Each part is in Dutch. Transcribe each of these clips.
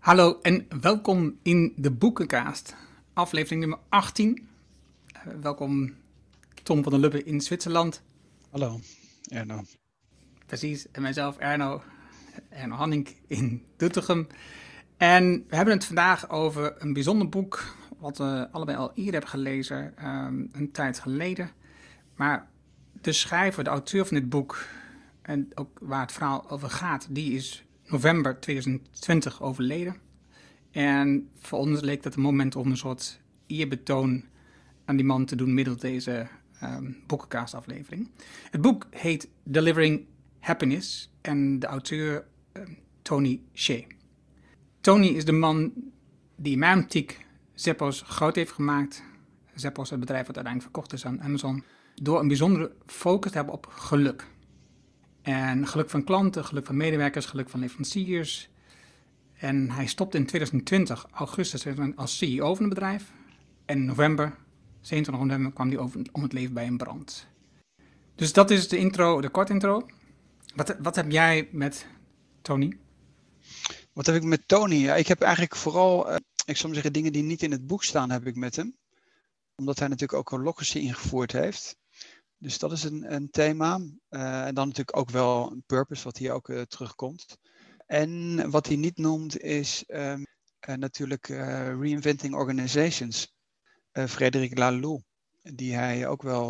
Hallo en welkom in de Boekenkaast, aflevering nummer 18. Welkom Tom van der Lubbe in Zwitserland. Hallo, Erno. Precies, en mijzelf Erno Hanning in Doetinchem. En we hebben het vandaag over een bijzonder boek, wat we allebei al eerder hebben gelezen, een tijd geleden. Maar de schrijver, de auteur van dit boek, en ook waar het verhaal over gaat, die is november 2020 overleden. En voor ons leek dat een moment om een soort eerbetoon aan die man te doen middels deze boekenkaastaflevering. Het boek heet Delivering Happiness en de auteur Tony Hsieh. Tony is de man die in mijn optiek Zappos groot heeft gemaakt. Zappos, het bedrijf wat uiteindelijk verkocht is aan Amazon. Door een bijzondere focus te hebben op geluk. En geluk van klanten, geluk van medewerkers, geluk van leveranciers. En hij stopte in 2020, augustus, als CEO van het bedrijf. En in november, 27 november, kwam hij om het leven bij een brand. Dus dat is de intro, de kort intro. Wat heb jij met Tony? Wat heb ik met Tony? Ja, ik heb eigenlijk vooral, ik zou maar zeggen, dingen die niet in het boek staan, heb ik met hem. Omdat hij natuurlijk ook Holacracy ingevoerd heeft. Dus dat is een thema. En dan natuurlijk ook wel een purpose, wat hier ook terugkomt. En wat hij niet noemt is natuurlijk Reinventing Organizations. Frédéric Laloux, die hij ook wel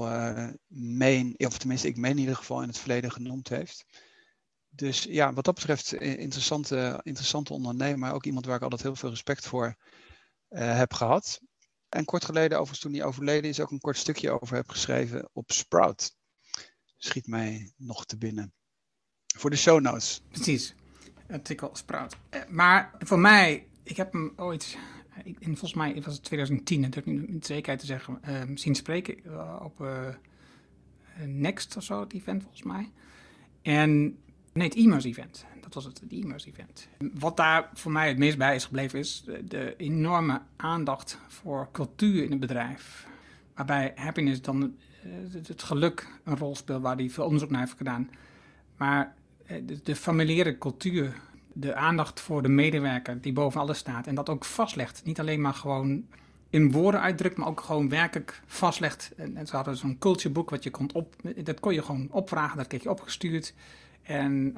of tenminste ik meen in ieder geval in het verleden genoemd heeft. Dus ja, wat dat betreft interessante ondernemer, maar ook iemand waar ik altijd heel veel respect voor heb gehad. En kort geleden, overigens toen hij overleden is, ook een kort stukje over heb geschreven op Sprout. Schiet mij nog te binnen. Voor de show notes. Precies, artikel Sprout. Maar voor mij, ik heb hem ooit, volgens mij was het 2010, dat durf ik niet zekerheid te zeggen, zien spreken op Next of zo, het event volgens mij. En nee, het e-mails event. Dat was het e-mails event. Wat daar voor mij het meest bij is gebleven is de enorme aandacht voor cultuur in het bedrijf. Waarbij happiness dan het geluk een rol speelt, waar hij veel onderzoek naar heeft gedaan. Maar de familiaire cultuur, de aandacht voor de medewerker die boven alles staat en dat ook vastlegt. Niet alleen maar gewoon in woorden uitdrukt, maar ook gewoon werkelijk vastlegt. En ze hadden zo'n cultureboek wat je dat kon je gewoon opvragen, dat kreeg je opgestuurd. En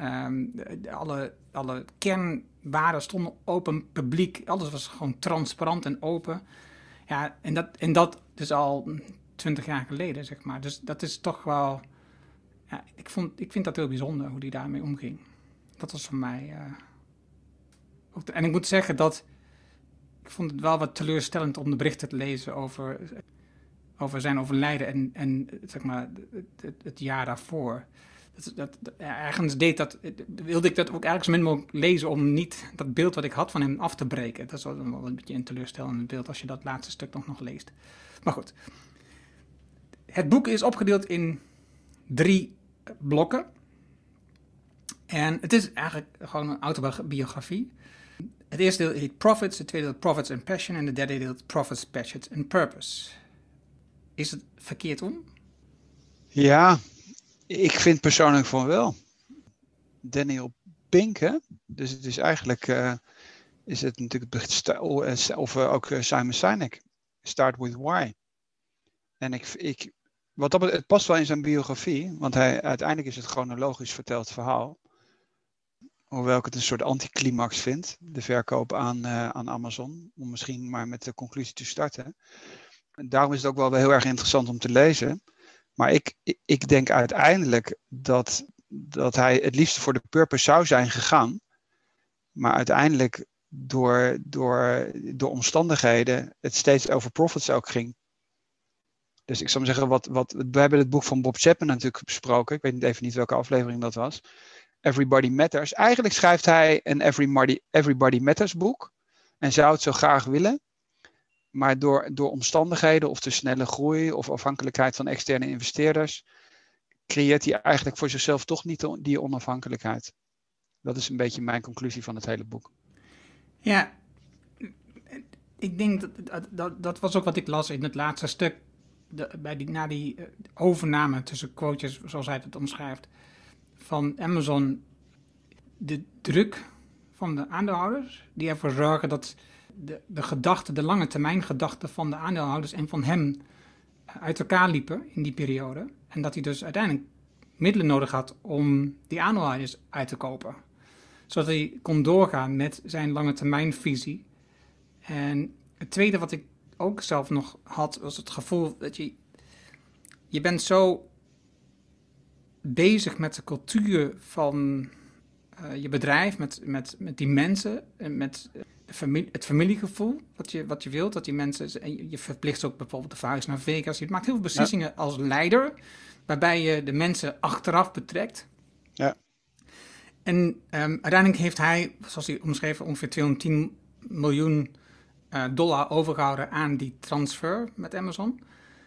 alle kernwaarden stonden open, publiek. Alles was gewoon transparant en open. Ja, en dat dus al 20 jaar geleden, zeg maar. Dus dat is toch wel... Ja, ik vind dat heel bijzonder, hoe die daarmee omging. Dat was voor mij... en ik moet zeggen dat... Ik vond het wel wat teleurstellend om de berichten te lezen over zijn overlijden en zeg maar, het jaar daarvoor. Ergens wilde ik dat ook ergens min mogelijk lezen om niet dat beeld wat ik had van hem af te breken. Dat is wel een beetje een teleurstellend beeld als je dat laatste stuk nog leest. Maar goed. Het boek is opgedeeld in 3 blokken. En het is eigenlijk gewoon een autobiografie. Het eerste deel heet Profits, het tweede deel Profits and Passion en het derde deel Profits, Passion and Purpose. Is het verkeerd om? Ja, ik vind persoonlijk van wel. Daniel Pink, hè? Dus het is eigenlijk, is het natuurlijk, of ook Simon Sinek, Start with Why. En het past wel in zijn biografie, want uiteindelijk is het chronologisch verteld verhaal. Hoewel ik het een soort anticlimax vind, de verkoop aan Amazon, om misschien maar met de conclusie te starten. En daarom is het ook wel heel erg interessant om te lezen. Maar ik denk uiteindelijk dat hij het liefst voor de purpose zou zijn gegaan. Maar uiteindelijk door omstandigheden het steeds over profits ook ging. Dus ik zou maar zeggen, we hebben het boek van Bob Chapman natuurlijk besproken. Ik weet even niet welke aflevering dat was. Everybody Matters. Eigenlijk schrijft hij een Everybody Matters boek. En zou het zo graag willen. Maar door omstandigheden of te snelle groei of afhankelijkheid van externe investeerders, creëert hij eigenlijk voor zichzelf toch niet die onafhankelijkheid. Dat is een beetje mijn conclusie van het hele boek. Ja, ik denk dat was ook wat ik las in het laatste stuk. Na die overname tussen quotes, zoals hij het omschrijft, van Amazon. De druk van de aandeelhouders, die ervoor zorgen dat de lange termijn gedachten van de aandeelhouders en van hem uit elkaar liepen in die periode. En dat hij dus uiteindelijk middelen nodig had om die aandeelhouders uit te kopen. Zodat hij kon doorgaan met zijn lange termijn visie. En het tweede wat ik ook zelf nog had, was het gevoel dat je bent zo bezig met de cultuur van je bedrijf, met die mensen en met het familiegevoel wat je wilt. Dat die mensen, je verplicht ook bijvoorbeeld de verhuis naar Vegas. Je maakt heel veel beslissingen als leider, waarbij je de mensen achteraf betrekt. Ja. En uiteindelijk heeft hij, zoals hij omschreef, ongeveer $210 miljoen overgehouden aan die transfer met Amazon.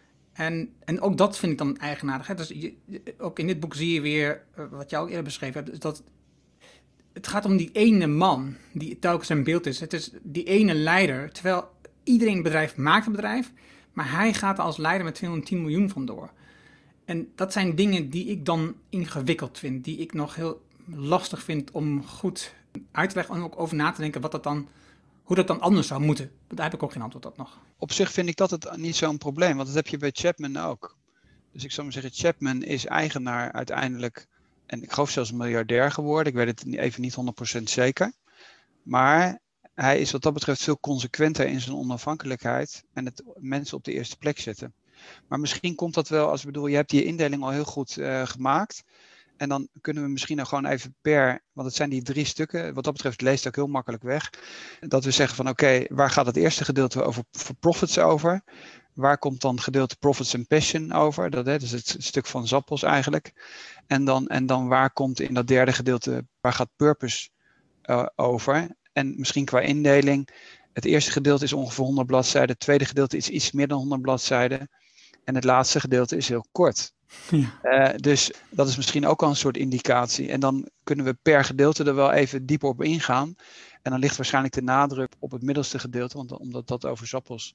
En ook dat vind ik dan eigenaardig. Hè? Dus ook in dit boek zie je weer, wat jij ook eerder beschreven hebt, is dat het gaat om die ene man die telkens zijn beeld is. Het is die ene leider, terwijl iedereen in het bedrijf maakt een bedrijf, maar hij gaat er als leider met 210 miljoen vandoor. En dat zijn dingen die ik dan ingewikkeld vind, die ik nog heel lastig vind om goed uit te leggen en ook over na te denken hoe dat dan anders zou moeten. Daar heb ik ook geen antwoord op nog. Op zich vind ik dat het niet zo'n probleem, want dat heb je bij Chapman ook. Dus ik zou maar zeggen, Chapman is eigenaar uiteindelijk, en ik geloof zelfs miljardair geworden. Ik weet het even niet 100% zeker. Maar hij is wat dat betreft veel consequenter in zijn onafhankelijkheid en het mensen op de eerste plek zetten. Maar misschien komt dat wel, je hebt die indeling al heel goed gemaakt. En dan kunnen we misschien nog gewoon even want het zijn die 3 stukken, wat dat betreft leest het ook heel makkelijk weg. Dat we zeggen van oké, waar gaat het eerste gedeelte over voor profits over? Waar komt dan gedeelte profits and passion over? Dat is het stuk van Zappos eigenlijk. En dan waar komt in dat derde gedeelte, waar gaat purpose over? En misschien qua indeling, het eerste gedeelte is ongeveer 100 bladzijden, het tweede gedeelte is iets meer dan 100 bladzijden. En het laatste gedeelte is heel kort. Ja. Dus dat is misschien ook al een soort indicatie. En dan kunnen we per gedeelte er wel even dieper op ingaan. En dan ligt waarschijnlijk de nadruk op het middelste gedeelte, omdat dat over Zappos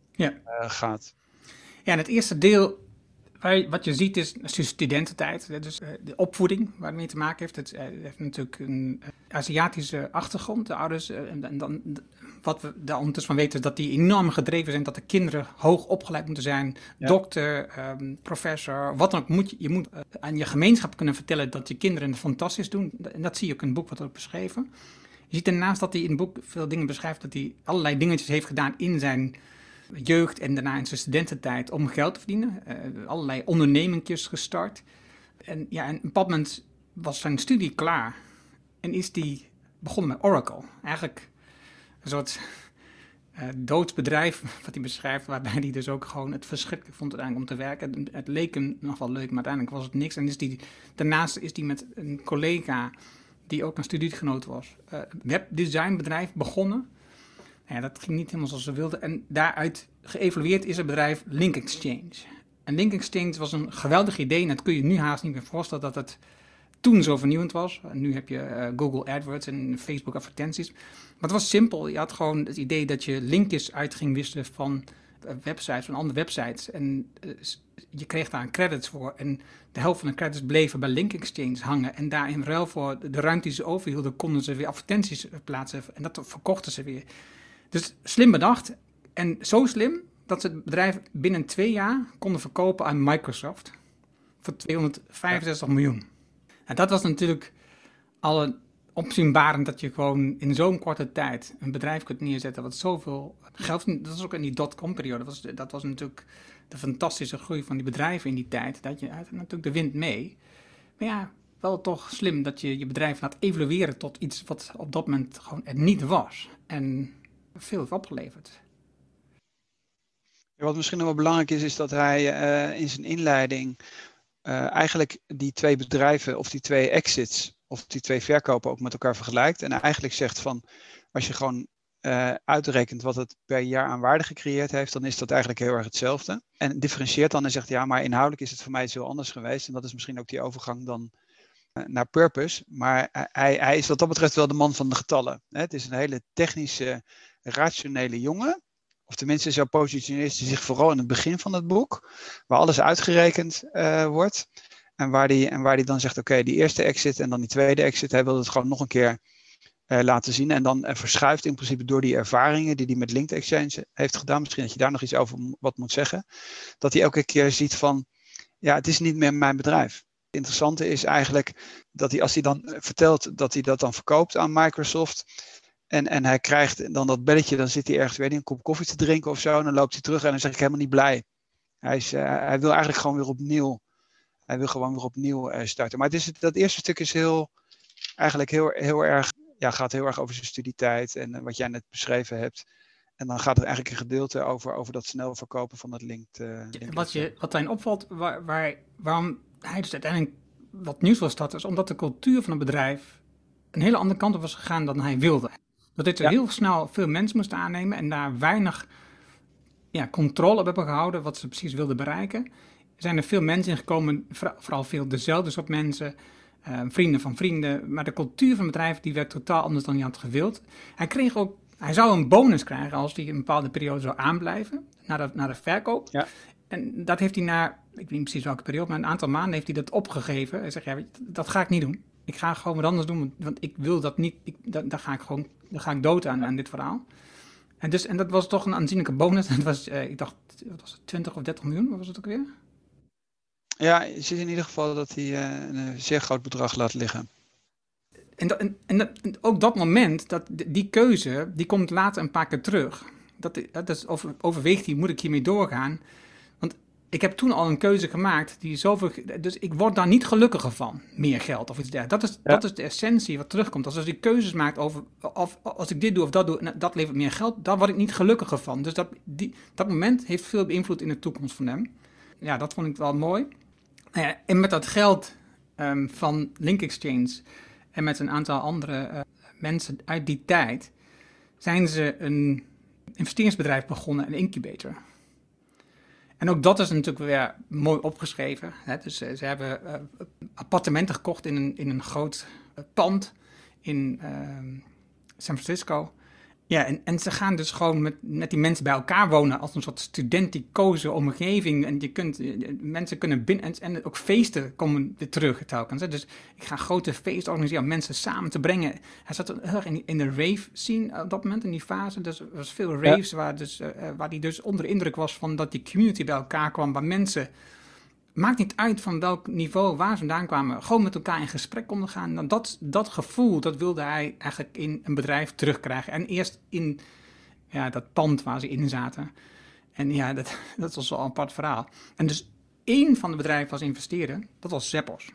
gaat. Ja, en het eerste deel, wat je ziet is studententijd. Dus de opvoeding waarmee het te maken heeft. Het heeft natuurlijk een Aziatische achtergrond. De ouders, en dan wat we daar ondertussen van weten, is dat die enorm gedreven zijn. Dat de kinderen hoog opgeleid moeten zijn. Ja. Dokter, professor, wat dan ook. Je moet aan je gemeenschap kunnen vertellen dat je kinderen het fantastisch doen. En dat zie je ook in het boek wat ook beschreven. Je ziet daarnaast dat hij in het boek veel dingen beschrijft. Dat hij allerlei dingetjes heeft gedaan in zijn jeugd en daarna in zijn studententijd om geld te verdienen. Allerlei ondernemingjes gestart. En ja, en op een bepaald moment was zijn studie klaar. En is die begonnen met Oracle. Eigenlijk een soort doodsbedrijf wat hij beschrijft, waarbij hij dus ook gewoon het verschrikkelijk vond uiteindelijk om te werken. Het leek hem nog wel leuk, maar uiteindelijk was het niks. En daarnaast is hij met een collega, die ook een studiegenoot was, webdesignbedrijf begonnen. Ja, dat ging niet helemaal zoals ze wilden. En daaruit geëvalueerd is het bedrijf Link Exchange. En Link Exchange was een geweldig idee. En dat kun je nu haast niet meer voorstellen dat het toen zo vernieuwend was. En nu heb je Google AdWords en Facebook advertenties. Maar het was simpel. Je had gewoon het idee dat je linkjes uit ging wisselen van websites, van andere websites. En je kreeg daar credits voor. En de helft van de credits bleven bij Link Exchange hangen. En daar in ruil voor de ruimte die ze overhielden, konden ze weer advertenties plaatsen. En dat verkochten ze weer. Dus slim bedacht. En zo slim dat ze het bedrijf binnen 2 jaar konden verkopen aan Microsoft voor 265 miljoen. En dat was natuurlijk al opzienbarend dat je gewoon in zo'n korte tijd een bedrijf kunt neerzetten wat zoveel geld... Dat was ook in die dotcom-periode. Dat was natuurlijk de fantastische groei van die bedrijven in die tijd. Dat je natuurlijk de wind mee. Maar ja, wel toch slim dat je je bedrijf laat evolueren tot iets wat op dat moment gewoon er niet was. En veel heeft opgeleverd. Ja, wat misschien nog wel belangrijk is dat hij in zijn inleiding eigenlijk die 2 bedrijven of die 2 exits of die 2 verkopen ook met elkaar vergelijkt. En eigenlijk zegt van, als je gewoon uitrekent wat het per jaar aan waarde gecreëerd heeft, dan is dat eigenlijk heel erg hetzelfde. En differentieert dan en zegt, ja, maar inhoudelijk is het voor mij iets heel anders geweest. En dat is misschien ook die overgang dan naar purpose. Maar hij is wat dat betreft wel de man van de getallen. Het is een hele technische, rationele jongen. Of tenminste, zo positioneert hij zich vooral in het begin van het boek, waar alles uitgerekend wordt. En waar die dan zegt, oké, die eerste exit en dan die tweede exit, hij wil het gewoon nog een keer laten zien. En dan verschuift in principe door die ervaringen die hij met Linked Exchange heeft gedaan. Misschien dat je daar nog iets over wat moet zeggen. Dat hij elke keer ziet van, ja, het is niet meer mijn bedrijf. Het interessante is eigenlijk dat hij, als hij dan vertelt dat hij dat dan verkoopt aan Microsoft. En hij krijgt dan dat belletje, dan zit hij ergens weer een kop koffie te drinken of zo. En dan loopt hij terug en dan zeg ik helemaal niet blij. Hij wil eigenlijk gewoon weer opnieuw. Hij wil gewoon weer opnieuw starten. Maar dat eerste stuk is eigenlijk heel erg, ja, gaat heel erg over zijn studietijd en wat jij net beschreven hebt. En dan gaat het eigenlijk een gedeelte over dat snel verkopen van dat LinkedIn. Wat daarin opvalt, waarom hij dus uiteindelijk wat nieuws wil starten, is omdat de cultuur van het bedrijf een hele andere kant op was gegaan dan hij wilde. Dat dit heel snel veel mensen moest aannemen en daar weinig controle op hebben gehouden wat ze precies wilden bereiken. Er zijn er veel mensen ingekomen, vooral veel dezelfde soort mensen, vrienden van vrienden. Maar de cultuur van het bedrijf die werd totaal anders dan hij had gewild. Hij zou een bonus krijgen als hij een bepaalde periode zou aanblijven naar de verkoop. Ja. En dat heeft hij ik weet niet precies welke periode, maar een aantal maanden heeft hij dat opgegeven. Hij zegt, ja, dat ga ik niet doen. Ik ga gewoon wat anders doen, want ik wil dat niet. Daar ga ik dood aan dit verhaal. En dat was toch een aanzienlijke bonus. Het was, ik dacht, wat was het, 20 of 30 miljoen? Wat was het ook weer? Ja, je ziet in ieder geval dat hij een zeer groot bedrag laat liggen. En ook dat moment, die keuze, die komt later een paar keer terug. Overweegt hij, moet ik hiermee doorgaan? Want ik heb toen al een keuze gemaakt die zoveel. Dus ik word daar niet gelukkiger van, meer geld of iets dergelijks. Dat is de essentie wat terugkomt. Als je keuzes maakt over als ik dit doe of dat doe, dat levert meer geld, daar word ik niet gelukkiger van. Dus dat moment heeft veel beïnvloed in de toekomst van hem. Ja, dat vond ik wel mooi. En met dat geld van Link Exchange en met een aantal andere mensen uit die tijd zijn ze een investeringsbedrijf begonnen, een incubator. En ook dat is natuurlijk weer mooi opgeschreven. Hè? Dus ze hebben appartementen gekocht in een groot pand in San Francisco. Ja, en ze gaan dus gewoon met die mensen bij elkaar wonen als een soort studenticoze omgeving. En mensen kunnen binnen en ook feesten komen weer terug telkens. Hè. Dus ik ga grote feesten organiseren om mensen samen te brengen. Hij zat heel erg in de rave scene op dat moment, in die fase. Dus er was veel raves waar hij dus onder de indruk was van dat die community bij elkaar kwam. Waar mensen, maakt niet uit van welk niveau, waar ze vandaan kwamen, gewoon met elkaar in gesprek konden gaan. Nou, dat gevoel, dat wilde hij eigenlijk in een bedrijf terugkrijgen. En eerst in dat pand waar ze in zaten. En ja, dat was wel een apart verhaal. En dus één van de bedrijven was investeren, dat was Zappos.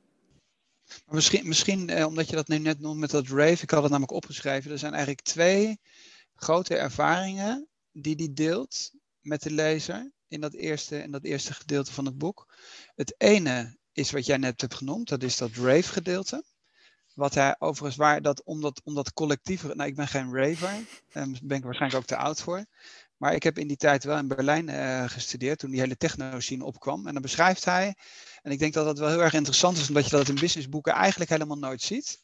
Misschien omdat je dat nu net noemt met dat rave, ik had het namelijk opgeschreven. Er zijn eigenlijk 2 grote ervaringen die hij deelt met de lezer in dat eerste gedeelte van het boek. Het ene is wat jij net hebt genoemd, dat is dat rave gedeelte. Wat hij overigens, om dat collectieve, nou ik ben geen raver, daar ben ik waarschijnlijk ook te oud voor. Maar ik heb in die tijd wel in Berlijn gestudeerd, toen die hele techno-scene opkwam. En dan beschrijft hij, en ik denk dat dat wel heel erg interessant is, omdat je dat in businessboeken eigenlijk helemaal nooit ziet.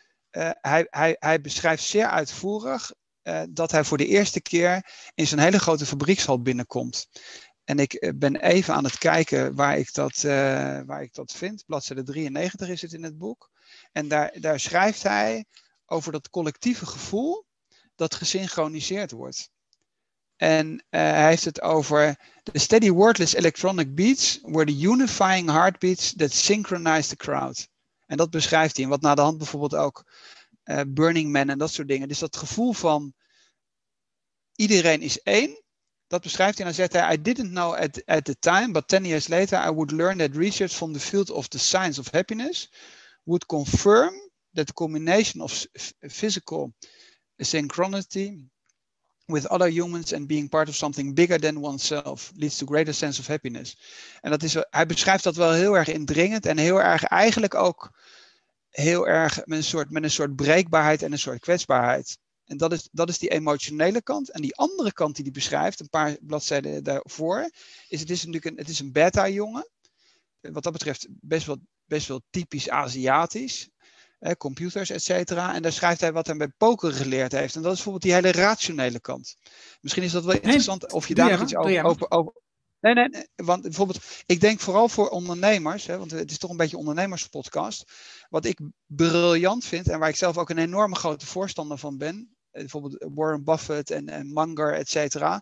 Hij beschrijft zeer uitvoerig dat hij voor de eerste keer in zo'n hele grote fabriekshal binnenkomt. En ik ben even aan het kijken waar ik dat vind. Bladzijde 93 is het in het boek. En daar schrijft hij over dat collectieve gevoel dat gesynchroniseerd wordt. En hij heeft het over the steady wordless electronic beats were the unifying heartbeats that synchronized the crowd. En dat beschrijft hij. En wat na de hand bijvoorbeeld ook Burning Man en dat soort dingen. Dus dat gevoel van iedereen is één. Dat beschrijft hij en dan zegt hij, I didn't know at the time, but 10 years later I would learn that research from the field of the science of happiness would confirm that the combination of physical synchronicity with other humans and being part of something bigger than oneself leads to greater sense of happiness. En hij beschrijft dat wel heel erg indringend en heel erg eigenlijk ook heel erg met een soort breekbaarheid en een soort kwetsbaarheid. En dat is die emotionele kant. En die andere kant die hij beschrijft, een paar bladzijden daarvoor, het is een beta-jongen. Wat dat betreft best wel typisch Aziatisch. Computers, et cetera. En daar schrijft hij wat hij bij poker geleerd heeft. En dat is bijvoorbeeld die hele rationele kant. Misschien is dat wel interessant of je daar nog iets over... Nee, want bijvoorbeeld, ik denk vooral voor ondernemers, want het is toch een beetje een ondernemerspodcast. wat ik briljant vind en waar ik zelf ook een enorme grote voorstander van ben, bijvoorbeeld Warren Buffett en Munger, et cetera.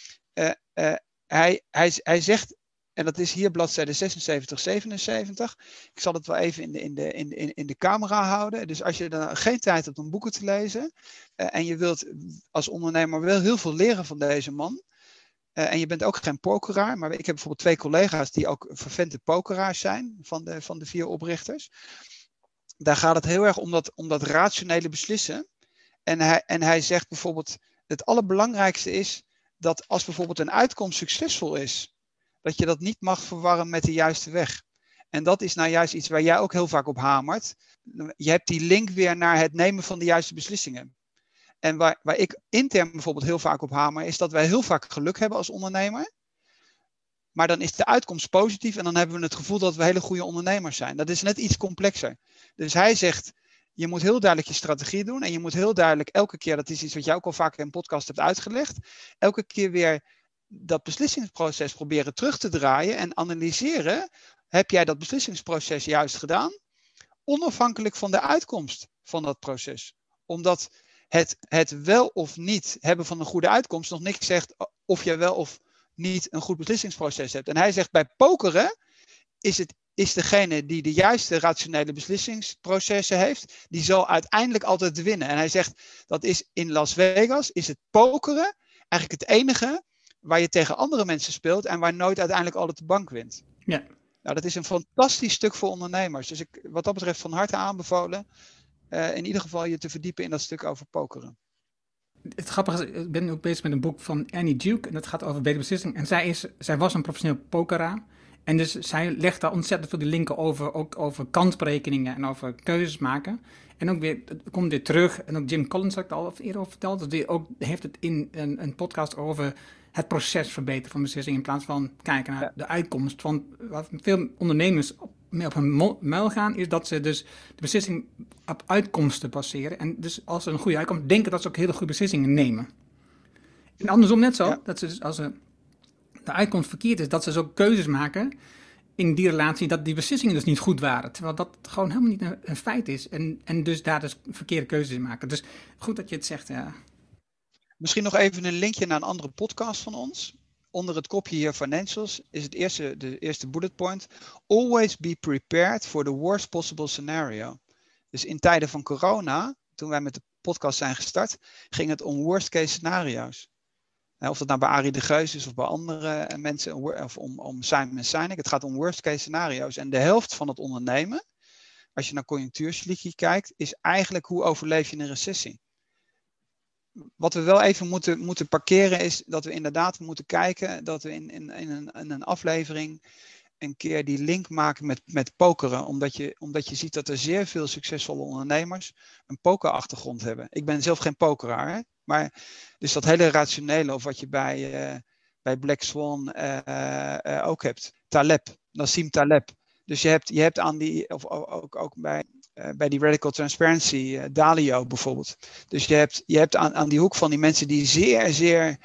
Hij zegt, en dat is hier bladzijde 76, 77. Ik zal het wel even in de camera houden. Dus als je dan geen tijd hebt om boeken te lezen en je wilt als ondernemer wel heel veel leren van deze man. En je bent ook geen pokeraar, maar ik heb bijvoorbeeld 2 collega's die ook vervente pokeraars zijn van de 4 oprichters. Daar gaat het heel erg om dat rationele beslissen. En hij zegt bijvoorbeeld, het allerbelangrijkste is dat als bijvoorbeeld een uitkomst succesvol is, dat je dat niet mag verwarren met de juiste weg. En dat is nou juist iets waar jij ook heel vaak op hamert. Je hebt die link weer naar het nemen van de juiste beslissingen. En waar ik intern bijvoorbeeld heel vaak op hamer, is dat wij heel vaak geluk hebben als ondernemer. Maar dan is de uitkomst positief en dan hebben we het gevoel dat we hele goede ondernemers zijn. Dat is net iets complexer. Dus hij zegt, je moet heel duidelijk je strategie doen. En je moet heel duidelijk elke keer, dat is iets wat jij ook al vaker in een podcast hebt uitgelegd, elke keer weer dat beslissingsproces proberen terug te draaien en analyseren. Heb jij dat beslissingsproces juist gedaan? Onafhankelijk van de uitkomst van dat proces. Omdat het wel of niet hebben van een goede uitkomst nog niks zegt of je wel of niet een goed beslissingsproces hebt. En hij zegt, bij pokeren is degene die de juiste rationele beslissingsprocessen heeft, die zal uiteindelijk altijd winnen. En hij zegt, dat is in Las Vegas, is het pokeren eigenlijk het enige waar je tegen andere mensen speelt en waar nooit uiteindelijk altijd de bank wint. Ja. Nou, dat is een fantastisch stuk voor ondernemers. Dus wat dat betreft van harte aanbevolen, in ieder geval je te verdiepen in dat stuk over pokeren. Het grappige is, ik ben ook bezig met een boek van Annie Duke en dat gaat over betere beslissing. En zij was een professioneel pokeraar. En dus zij legt daar ontzettend veel die linken over, ook over kansberekeningen en over keuzes maken. En ook weer, het komt weer terug, en ook Jim Collins had ik al eerder over verteld, dat die ook heeft het in een podcast over het proces verbeteren van beslissingen in plaats van kijken naar de uitkomst. Want wat veel ondernemers mee op hun muil gaan, is dat ze dus de beslissing op uitkomsten baseren. En dus als er een goede uitkomst, denken dat ze ook hele goede beslissingen nemen. En andersom net zo, dat ze dus als de uitkomst verkeerd is, dat ze zo keuzes maken in die relatie dat die beslissingen dus niet goed waren. Terwijl dat gewoon helemaal niet een feit is. En dus daar dus verkeerde keuzes in maken. Dus goed dat je het zegt, ja. Misschien nog even een linkje naar een andere podcast van ons. Onder het kopje hier Financials is de eerste bullet point. Always be prepared for the worst possible scenario. Dus in tijden van corona, toen wij met de podcast zijn gestart, ging het om worst case scenario's. Of dat nou bij Arie de Geus is of bij andere mensen, of om Simon Sinek. Het gaat om worst case scenario's. En de helft van het ondernemen, als je naar conjunctuurcykli kijkt, is eigenlijk hoe overleef je een recessie. Wat we wel even moeten parkeren is dat we inderdaad moeten kijken dat we in een aflevering een keer die link maken met pokeren. Omdat je ziet dat er zeer veel succesvolle ondernemers een pokerachtergrond hebben. Ik ben zelf geen pokeraar, hè? Maar dus dat hele rationele of wat je bij Black Swan ook hebt. Nassim Taleb. Dus je hebt aan die, of ook bij die Radical Transparency, Dalio bijvoorbeeld. Dus je hebt aan die hoek van die mensen die zeer, zeer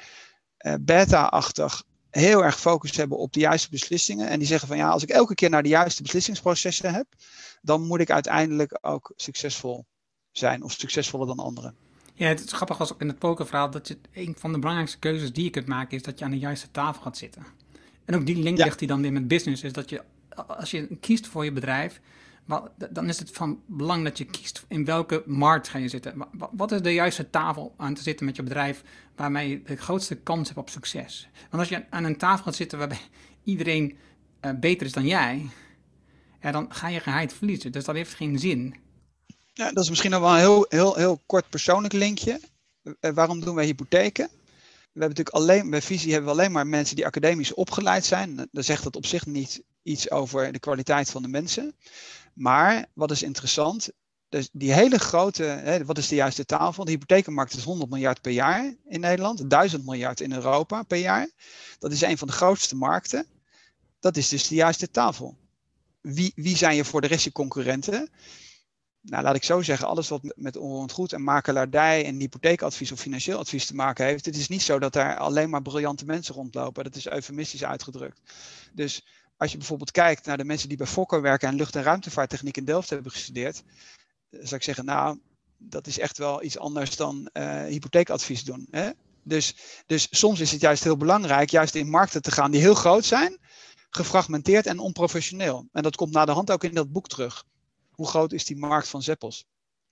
beta-achtig heel erg focus hebben op de juiste beslissingen. En die zeggen van ja, als ik elke keer naar de juiste beslissingsprocessen heb, dan moet ik uiteindelijk ook succesvol zijn of succesvoller dan anderen. Ja, het is grappig als in het pokerverhaal dat een van de belangrijkste keuzes die je kunt maken is dat je aan de juiste tafel gaat zitten. En ook die link ligt die dan weer met business, is dat je, als je kiest voor je bedrijf, dan is het van belang dat je kiest in welke markt ga je zitten. Wat is de juiste tafel aan te zitten met je bedrijf waarmee je de grootste kans hebt op succes? Want als je aan een tafel gaat zitten waarbij iedereen beter is dan jij, dan ga je geheid verliezen. Dus dat heeft geen zin. Ja, dat is misschien nog wel een heel kort persoonlijk linkje. Waarom doen wij hypotheken? We hebben natuurlijk bij Visie hebben we alleen maar mensen die academisch opgeleid zijn. Dan zegt dat op zich niet iets over de kwaliteit van de mensen. Maar wat is interessant, dus die hele grote, wat is de juiste tafel? De hypothekenmarkt is 100 miljard per jaar in Nederland, 1000 miljard in Europa per jaar. Dat is een van de grootste markten. Dat is dus de juiste tafel. Wie zijn je voor de rest je concurrenten? Nou, laat ik zo zeggen, alles wat met onroerend goed en makelaardij en hypotheekadvies of financieel advies te maken heeft. Het is niet zo dat daar alleen maar briljante mensen rondlopen. Dat is eufemistisch uitgedrukt. Dus als je bijvoorbeeld kijkt naar de mensen die bij Fokker werken en lucht- en ruimtevaarttechniek in Delft hebben gestudeerd, zou ik zeggen, nou, dat is echt wel iets anders dan hypotheekadvies doen. Hè? Dus soms is het juist heel belangrijk, juist in markten te gaan die heel groot zijn, gefragmenteerd en onprofessioneel. En dat komt na de hand ook in dat boek terug. Hoe groot is die markt van Zeppels?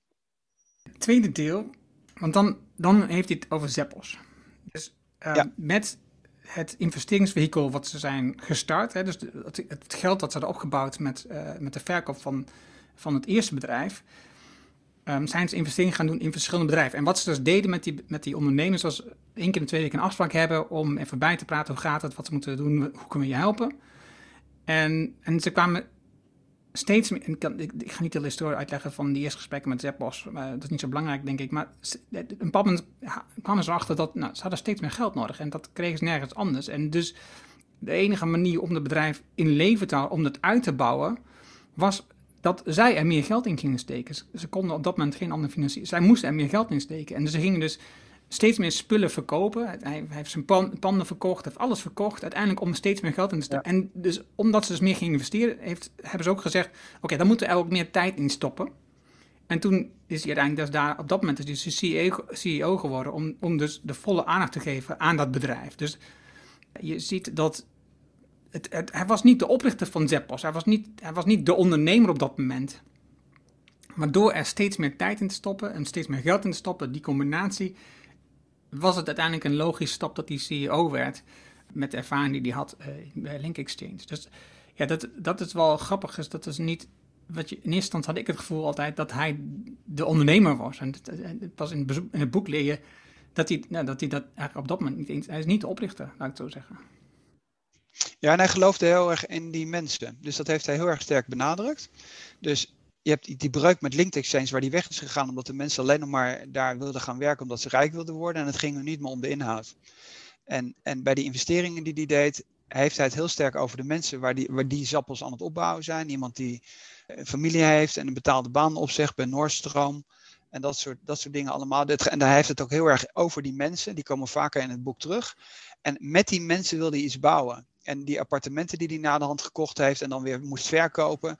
Het tweede deel, want dan heeft hij het over Zeppels. Dus met het investeringsvehikel wat ze zijn gestart, hè, dus het geld dat ze hadden opgebouwd met de verkoop van het eerste bedrijf, zijn ze investeringen gaan doen in verschillende bedrijven. En wat ze dus deden met die ondernemers was 1 keer in de 2 weken een afspraak hebben om even bij te praten. Hoe gaat het? Wat ze moeten doen? Hoe kunnen we je helpen? En ze kwamen steeds meer... Ik ga niet de hele historie uitleggen van die eerste gesprekken met Zeppos. Dat is niet zo belangrijk, denk ik. Maar op een bepaald moment kwamen ze erachter dat ze hadden steeds meer geld nodig. En dat kregen ze nergens anders. En dus de enige manier om het bedrijf in leven te houden, om het uit te bouwen, was dat zij er meer geld in gingen steken. Ze konden op dat moment geen andere financiering. Zij moesten er meer geld in steken. En dus ze gingen dus steeds meer spullen verkopen. Hij heeft zijn panden verkocht, heeft alles verkocht. Uiteindelijk om steeds meer geld in te steken. Ja. En dus omdat ze dus meer gingen investeren, hebben ze ook gezegd, oké, dan moeten we er ook meer tijd in stoppen. En toen is hij uiteindelijk dus daar, op dat moment is hij CEO geworden om dus de volle aandacht te geven aan dat bedrijf. Dus je ziet dat hij was niet de oprichter van Zeppos. Hij was niet de ondernemer op dat moment. Maar door er steeds meer tijd in te stoppen en steeds meer geld in te stoppen, die combinatie, was het uiteindelijk een logische stap dat hij CEO werd met de ervaring die hij had bij Link Exchange. Dus ja, dat is wel grappig. Dus dat is niet wat je in eerste instantie had ik het gevoel altijd dat hij de ondernemer was. En het was in het boek leer je dat hij dat eigenlijk op dat moment niet eens. Hij is niet de oprichter, laat ik het zo zeggen. Ja, en hij geloofde heel erg in die mensen. Dus dat heeft hij heel erg sterk benadrukt. Dus je hebt die breuk met Link Exchange waar die weg is gegaan omdat de mensen alleen nog maar daar wilden gaan werken omdat ze rijk wilden worden. En het ging nu niet meer om de inhoud. En bij die investeringen die hij deed, heeft hij het heel sterk over de mensen waar die Zappels aan het opbouwen zijn. Iemand die familie heeft en een betaalde baan opzegt bij Noordstroom. En dat soort dingen allemaal. En daar heeft het ook heel erg over die mensen. Die komen vaker in het boek terug. En met die mensen wil hij iets bouwen. En die appartementen die hij na de hand gekocht heeft en dan weer moest verkopen.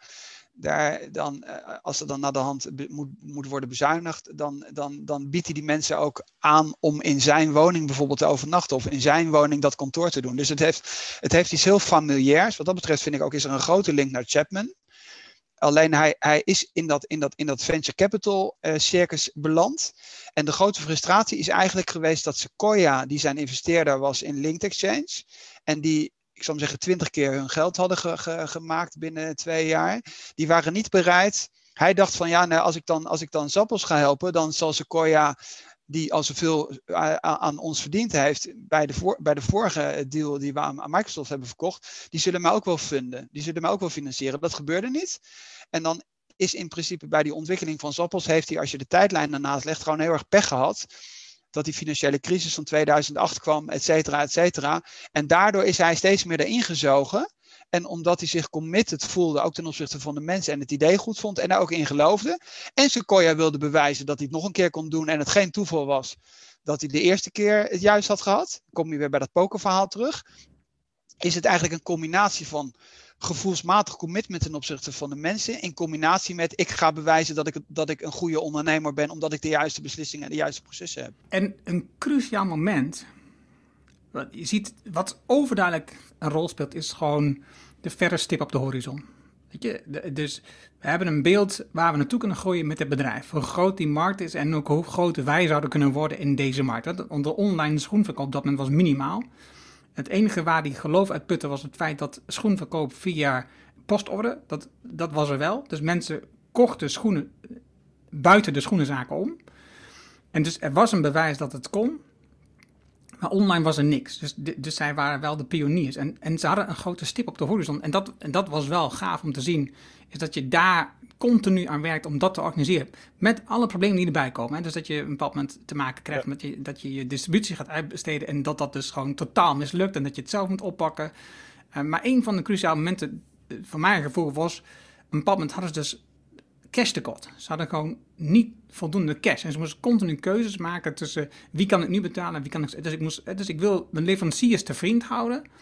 Als er dan na de hand moet worden bezuinigd, dan biedt hij die mensen ook aan om in zijn woning bijvoorbeeld te overnachten. Of in zijn woning dat kantoor te doen. Dus het heeft iets heel familiairs. Wat dat betreft vind ik ook, is er een grote link naar Chapman. Alleen hij is in dat venture capital circus beland. En de grote frustratie is eigenlijk geweest dat Sequoia, die zijn investeerder was in Link Exchange. En die, ik zal maar zeggen, 20 keer hun geld hadden gemaakt binnen 2 jaar. Die waren niet bereid. Hij dacht van ja, nou, als ik dan Zappos ga helpen, dan zal Sequoia, die al zoveel aan ons verdiend heeft bij de vorige deal die we aan Microsoft hebben verkocht, die zullen mij ook wel funden. Die zullen mij ook wel financieren. Dat gebeurde niet. En dan is in principe bij die ontwikkeling van Zappos, heeft hij, als je de tijdlijn daarnaast legt, gewoon heel erg pech gehad. Dat die financiële crisis van 2008 kwam, et cetera, et cetera. En daardoor is hij steeds meer erin gezogen. En omdat hij zich committed voelde, ook ten opzichte van de mensen en het idee goed vond en daar ook in geloofde. En Sequoia wilde bewijzen dat hij het nog een keer kon doen en het geen toeval was dat hij de eerste keer het juist had gehad. Dan kom je weer bij dat pokerverhaal terug. Is het eigenlijk een combinatie van gevoelsmatig commitment ten opzichte van de mensen, in combinatie met ik ga bewijzen dat ik een goede ondernemer ben, omdat ik de juiste beslissingen en de juiste processen heb. En een cruciaal moment, je ziet wat overduidelijk een rol speelt, is gewoon de verre stip op de horizon. Weet je? Dus we hebben een beeld waar we naartoe kunnen groeien met het bedrijf. Hoe groot die markt is en ook hoe groot wij zouden kunnen worden in deze markt. Want de online schoenverkoop op dat moment was minimaal. Het enige waar die geloof uit putte was het feit dat schoenverkoop via postorder, dat was er wel. Dus mensen kochten schoenen buiten de schoenenzaken om. En dus er was een bewijs dat het kon. Maar online was er niks. Dus zij waren wel de pioniers. En ze hadden een grote stip op de horizon. En dat was wel gaaf om te zien. Is dat je daar continu aan werkt om dat te organiseren. Met alle problemen die erbij komen. Hè. Dus dat je een bepaald moment te maken krijgt met dat je je distributie gaat uitbesteden. En dat dus gewoon totaal mislukt. En dat je het zelf moet oppakken. Maar een van de cruciale momenten, voor mijn gevoel, was, op een bepaald moment hadden ze dus cash tekort. Ze hadden gewoon niet voldoende cash. En ze moesten continu keuzes maken tussen wie kan ik nu betalen en wie kan ik. Dus ik wil mijn leveranciers te vriend houden.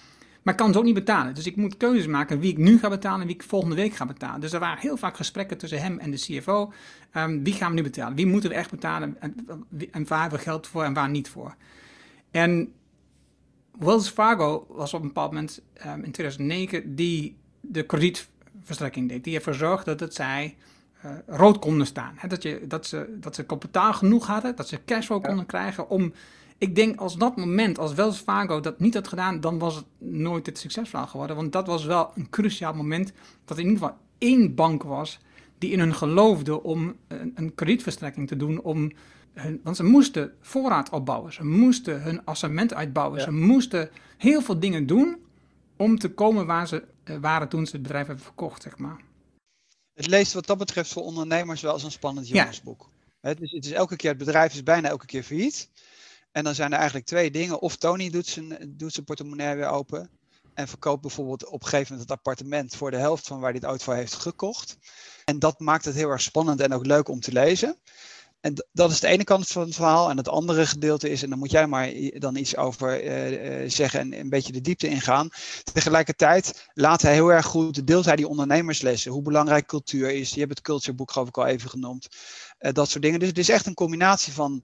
Maar ik kan ze ook niet betalen. Dus ik moet keuzes maken wie ik nu ga betalen en wie ik volgende week ga betalen. Dus er waren heel vaak gesprekken tussen hem en de CFO. Wie gaan we nu betalen? Wie moeten we echt betalen? En waar hebben we geld voor en waar niet voor? En Wells Fargo was op een bepaald moment in 2009 die de kredietverstrekking deed. Die ervoor zorgde dat zij rood konden staan. Hè, dat ze kapitaal genoeg hadden, dat ze cashflow konden krijgen om... Ik denk als Wells Fargo dat niet had gedaan, dan was het nooit het succesverhaal geworden. Want dat was wel een cruciaal moment dat er in ieder geval één bank was die in hun geloofde om een kredietverstrekking te doen. Want ze moesten voorraad opbouwen, ze moesten hun assortiment uitbouwen, ze moesten heel veel dingen doen om te komen waar ze waren toen ze het bedrijf hebben verkocht, zeg maar. Het leest wat dat betreft voor ondernemers wel als een spannend jongensboek. Ja. Het is elke keer, het bedrijf is bijna elke keer failliet. En dan zijn er eigenlijk twee dingen. Of Tony doet zijn portemonnee weer open. En verkoopt bijvoorbeeld op een gegeven moment het appartement voor de helft van waar hij het ooit voor heeft gekocht. En dat maakt het heel erg spannend en ook leuk om te lezen. En dat is de ene kant van het verhaal. En het andere gedeelte is, en dan moet jij maar dan iets over zeggen en een beetje de diepte ingaan. Tegelijkertijd laat hij heel erg goed, deelt hij die ondernemerslessen. Hoe belangrijk cultuur is. Je hebt het cultureboek geloof ik al even genoemd. Dat soort dingen. Dus het is echt een combinatie van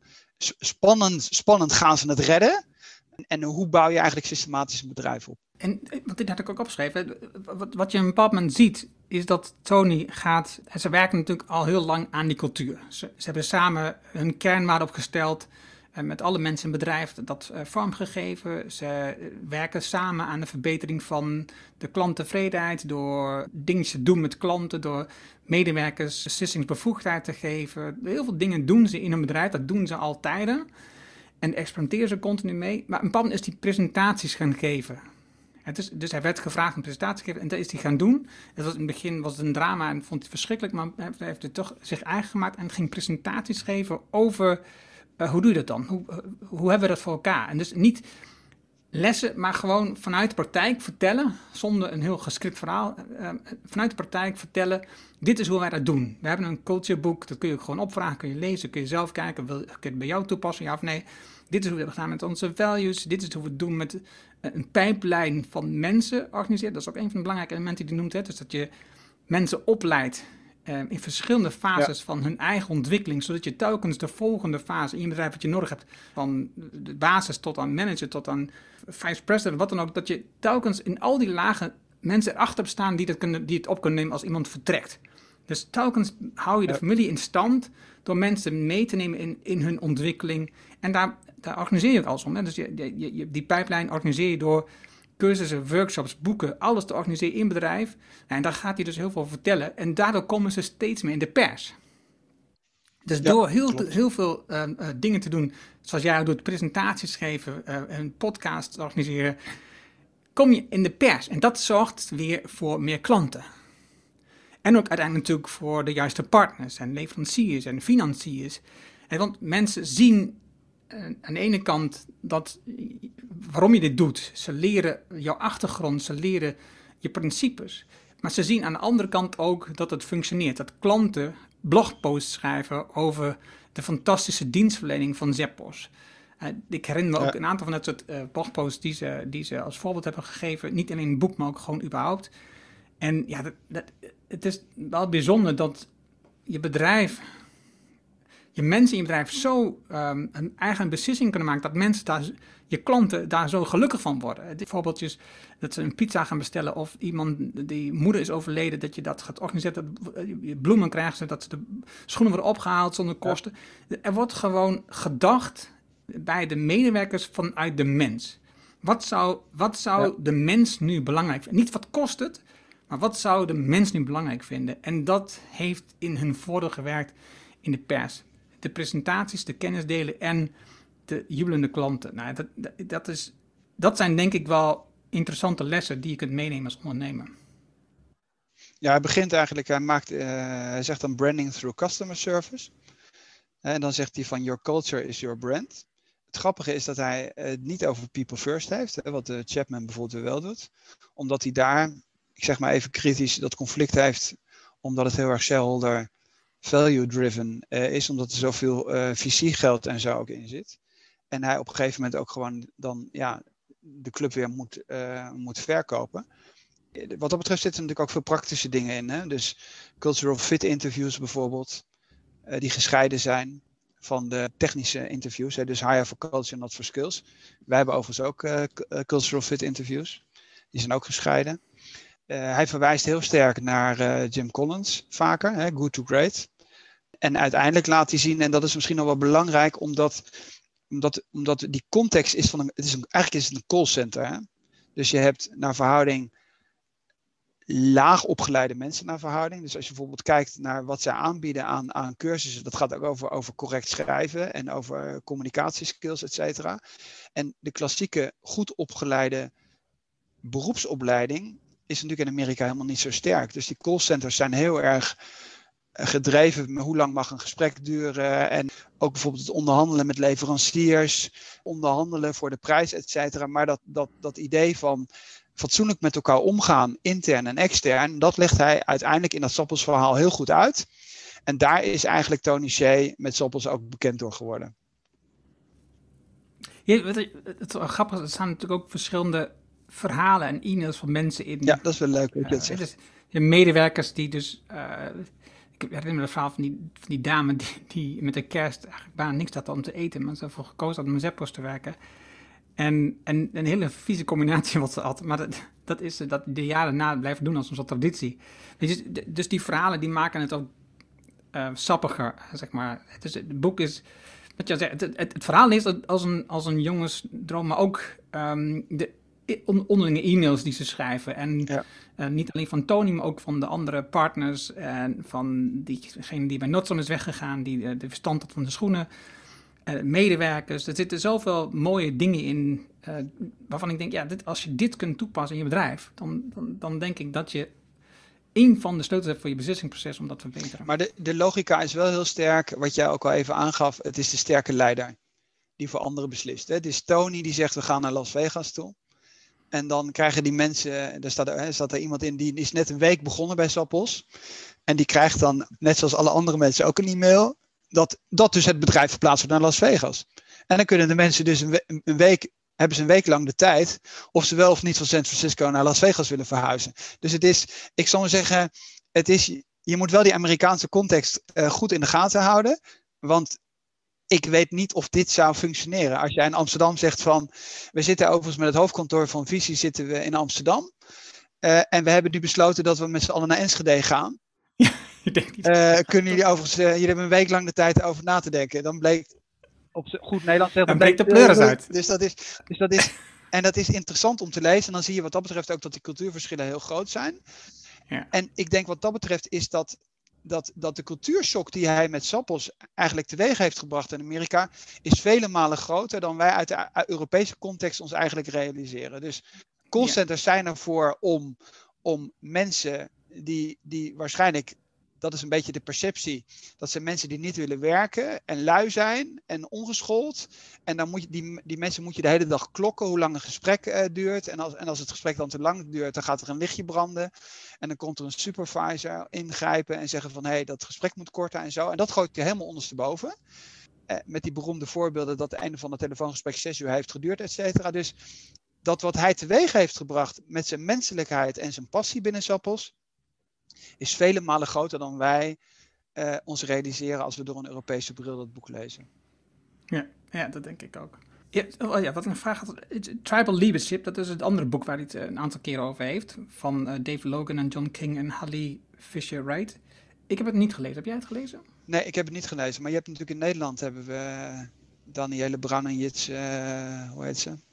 spannend gaan ze het redden. En hoe bouw je eigenlijk systematisch een bedrijf op? En wat dit had ik ook opgeschreven. Wat je op een bepaald moment ziet, is dat Tony gaat... Ze werken natuurlijk al heel lang aan die cultuur. Ze hebben samen hun kernwaarden opgesteld. Met alle mensen in het bedrijf dat vormgegeven. Ze werken samen aan de verbetering van de klanttevredenheid. Door dingen te doen met klanten. Door medewerkers beslissingsbevoegdheid te geven. Heel veel dingen doen ze in een bedrijf. Dat doen ze al tijden. En experimenteren ze continu mee. Maar op een bepaald moment is hij presentaties gaan geven. Dus hij werd gevraagd een presentatie te geven en dat is hij gaan doen. In het begin was het een drama en vond hij het verschrikkelijk, maar hij heeft het toch zich eigen gemaakt en ging presentaties geven over hoe doe je dat dan? Hoe hebben we dat voor elkaar? En dus niet lessen, maar gewoon vanuit de praktijk vertellen, zonder een heel gescript verhaal. Vanuit de praktijk vertellen, dit is hoe wij dat doen. We hebben een cultureboek, dat kun je ook gewoon opvragen, kun je lezen, kun je zelf kijken, kun je het bij jou toepassen, ja of nee. Dit is hoe we het gedaan met onze values, dit is hoe we het doen met een pijplijn van mensen organiseren. Dat is ook een van de belangrijke elementen die je noemt, hè? Dus dat je mensen opleidt in verschillende fases van hun eigen ontwikkeling, zodat je telkens de volgende fase in je bedrijf wat je nodig hebt, van de basis tot aan manager, tot aan vice president, wat dan ook, dat je telkens in al die lagen mensen erachter staan die het op kunnen nemen als iemand vertrekt. Dus telkens hou je de familie in stand door mensen mee te nemen in hun ontwikkeling. En daar organiseer je ook alles om. Hè? Dus die pijplijn organiseer je door cursussen, workshops, boeken, alles te organiseren in het bedrijf. En daar gaat hij dus heel veel vertellen. En daardoor komen ze steeds meer in de pers. Dus door heel veel dingen te doen, zoals jij doet, presentaties geven, een podcast organiseren, kom je in de pers. En dat zorgt weer voor meer klanten. En ook uiteindelijk natuurlijk voor de juiste partners en leveranciers en financiers. Want mensen zien aan de ene kant waarom je dit doet. Ze leren jouw achtergrond, ze leren je principes. Maar ze zien aan de andere kant ook dat het functioneert. Dat klanten blogposts schrijven over de fantastische dienstverlening van Zappos. Ik herinner me ook een aantal van dat soort blogposts die ze als voorbeeld hebben gegeven. Niet alleen in het boek, maar ook gewoon überhaupt. En ja, het is wel bijzonder dat je mensen in je bedrijf zo een eigen beslissing kunnen maken, dat mensen je klanten daar zo gelukkig van worden. Voorbeeldjes dat ze een pizza gaan bestellen of iemand die moeder is overleden, dat je dat gaat organiseren, dat je bloemen krijgt, zodat de schoenen worden opgehaald zonder kosten. Ja. Er wordt gewoon gedacht bij de medewerkers vanuit de mens. Wat zou de mens nu belangrijk vinden? Niet wat kost het, maar wat zou de mens nu belangrijk vinden? En dat heeft in hun voordeel gewerkt in de pers. De presentaties, de kennis delen en de jubelende klanten. Nou, dat zijn denk ik wel interessante lessen die je kunt meenemen als ondernemer. Ja, hij begint eigenlijk, hij zegt dan branding through customer service. En dan zegt hij van your culture is your brand. Het grappige is dat hij het niet over people first heeft, wat Chapman bijvoorbeeld wel doet. Omdat hij daar, ik zeg maar even kritisch, dat conflict heeft, omdat het heel erg shareholder value-driven is, omdat er zoveel VC-geld en zo ook in zit. En hij op een gegeven moment ook gewoon dan de club weer moet verkopen. Wat dat betreft zitten er natuurlijk ook veel praktische dingen in. Hè? Dus cultural fit interviews bijvoorbeeld, die gescheiden zijn van de technische interviews. Hè? Dus hire for culture, not for skills. Wij hebben overigens ook cultural fit interviews. Die zijn ook gescheiden. Hij verwijst heel sterk naar Jim Collins vaker, hè? Good to Great. En uiteindelijk laat hij zien, en dat is misschien nog wel belangrijk, omdat die context is eigenlijk is het een callcenter. Hè? Dus je hebt naar verhouding laag opgeleide mensen naar verhouding. Dus als je bijvoorbeeld kijkt naar wat zij aanbieden aan cursussen, dat gaat ook over correct schrijven en over communicatieskills, et cetera. En de klassieke goed opgeleide beroepsopleiding is natuurlijk in Amerika helemaal niet zo sterk. Dus die callcenters zijn heel erg gedreven met hoe lang mag een gesprek duren en ook bijvoorbeeld het onderhandelen met leveranciers, onderhandelen voor de prijs, et cetera. Maar dat idee van fatsoenlijk met elkaar omgaan, intern en extern, dat legt hij uiteindelijk in dat Soppels verhaal heel goed uit. En daar is eigenlijk Tony Hsieh met Soppels ook bekend door geworden. Ja, het grappige is, er staan natuurlijk ook verschillende verhalen en e-mails van mensen in. Ja, dat is wel leuk dat je dat zegt. Dus, je medewerkers die dus... ik herinner me het verhaal van die dame die met de kerst eigenlijk bijna niks had om te eten, maar ze ervoor gekozen had om met Zappos te werken. En een hele vieze combinatie wat ze had. Maar dat is dat de jaren na blijven doen als een soort traditie. Dus die verhalen die maken het ook sappiger, zeg maar. Dus het boek is... Wat je zegt, het verhaal leest als een jongensdroom, maar ook de onderlinge e-mails die ze schrijven. En niet alleen van Tony, maar ook van de andere partners. En van diegene die bij Notsom is weggegaan, die de verstand had van de schoenen. Medewerkers. Er zitten zoveel mooie dingen in waarvan ik denk, als je dit kunt toepassen in je bedrijf, dan denk ik dat je een van de sleutels hebt voor je beslissingsproces om dat te verbeteren. Maar de logica is wel heel sterk, wat jij ook al even aangaf. Het is de sterke leider die voor anderen beslist. Hè? Het is Tony die zegt, we gaan naar Las Vegas toe. En dan krijgen die mensen, er staat er iemand in, die is net een week begonnen bij Soppos. En die krijgt dan, net zoals alle andere mensen, ook een e-mail. Dat dus het bedrijf verplaatst wordt naar Las Vegas. En dan kunnen de mensen dus hebben ze een week lang de tijd of ze wel of niet van San Francisco naar Las Vegas willen verhuizen. Dus het is, ik zal maar zeggen, je moet wel die Amerikaanse context goed in de gaten houden. Want ik weet niet of dit zou functioneren. Als jij in Amsterdam zegt van, we zitten overigens met het hoofdkantoor van Visie zitten we in Amsterdam. En we hebben nu besloten dat we met z'n allen naar Enschede gaan. Ik denk niet. Kunnen jullie overigens, jullie hebben een week lang de tijd over na te denken. Dan bleek, op goed Nederlands zeggen, dan bleek de pleuris uit. Dus dat is, en dat is interessant om te lezen. En dan zie je wat dat betreft ook dat die cultuurverschillen heel groot zijn. Ja. En ik denk wat dat betreft is dat de cultuurshock die hij met Soppos eigenlijk teweeg heeft gebracht in Amerika, is vele malen groter dan wij uit de Europese context ons eigenlijk realiseren. Dus callcenters zijn ervoor om mensen die waarschijnlijk, dat is een beetje de perceptie, dat zijn mensen die niet willen werken en lui zijn en ongeschoold. En dan moet je die mensen moet je de hele dag klokken hoe lang een gesprek duurt. En als het gesprek dan te lang duurt, dan gaat er een lichtje branden. En dan komt er een supervisor ingrijpen en zeggen van hé, dat gesprek moet korter en zo. En dat gooit je helemaal ondersteboven. Met die beroemde voorbeelden dat het einde van het telefoongesprek 6 uur heeft geduurd, et cetera. Dus dat wat hij teweeg heeft gebracht met zijn menselijkheid en zijn passie binnen Soppos, is vele malen groter dan wij ons realiseren als we door een Europese bril dat boek lezen. Ja, dat denk ik ook. Wat ik een vraag had. Tribal Leadership, dat is het andere boek waar hij het een aantal keren over heeft. Van Dave Logan en John King en Holly Fisher-Wright. Ik heb het niet gelezen. Heb jij het gelezen? Nee, ik heb het niet gelezen. Maar je hebt natuurlijk in Nederland hebben we Danielle Brown en Jits, hoe heet ze?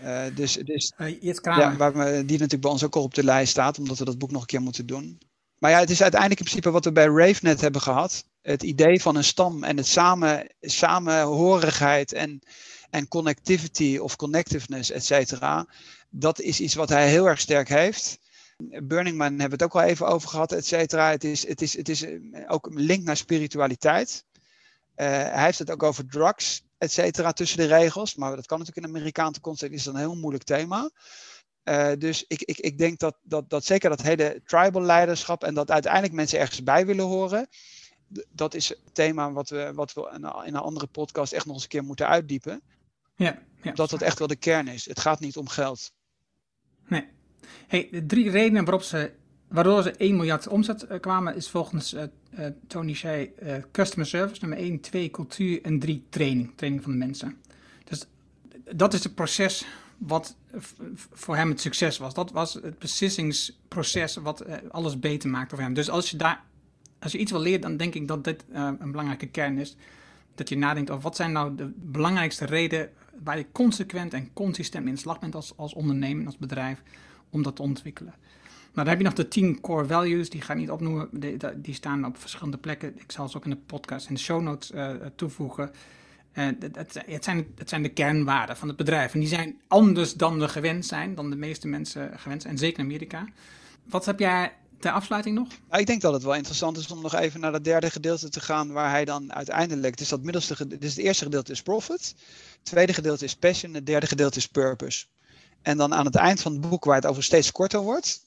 Jits Kramer. Ja, die natuurlijk bij ons ook al op de lijst staat, omdat we dat boek nog een keer moeten doen. Maar ja, het is uiteindelijk in principe wat we bij RaveNet hebben gehad. Het idee van een stam en het samenhorigheid en connectivity of connectiveness, et cetera. Dat is iets wat hij heel erg sterk heeft. Burning Man hebben we het ook al even over gehad, et cetera. Het is ook een link naar spiritualiteit. Hij heeft het ook over drugs, et cetera, tussen de regels. Maar dat kan natuurlijk in de Amerikaanse context, is dat een heel moeilijk thema. Dus ik denk dat zeker dat hele tribal leiderschap en dat uiteindelijk mensen ergens bij willen horen, dat is het thema wat we in een andere podcast echt nog eens een keer moeten uitdiepen. Ja, Dat het echt wel de kern is. Het gaat niet om geld. Nee. Hey, de 3 redenen waardoor ze 1 miljard omzet kwamen, is volgens Tony Hsieh customer service, nummer 1, 2 cultuur en 3 training van de mensen. Dus dat is het proces wat voor hem het succes was. Dat was het beslissingsproces wat alles beter maakte voor hem. Dus als je iets wil leren, dan denk ik dat dit een belangrijke kern is. Dat je nadenkt over wat zijn nou de belangrijkste redenen waar je consequent en consistent in de slag bent als ondernemer, als bedrijf, om dat te ontwikkelen. Nou, dan heb je nog de 10 core values, die ga ik niet opnoemen, die staan op verschillende plekken. Ik zal ze ook in de podcast, in de show notes toevoegen. Het zijn de kernwaarden van het bedrijf. En die zijn anders dan we gewend zijn, dan de meeste mensen gewend zijn, en zeker in Amerika. Wat heb jij ter afsluiting nog? Nou, ik denk dat het wel interessant is om nog even naar dat derde gedeelte te gaan, waar hij dan uiteindelijk, dus dat middelste, dus het eerste gedeelte is profit, het tweede gedeelte is passion, het derde gedeelte is purpose. En dan aan het eind van het boek, waar het over steeds korter wordt,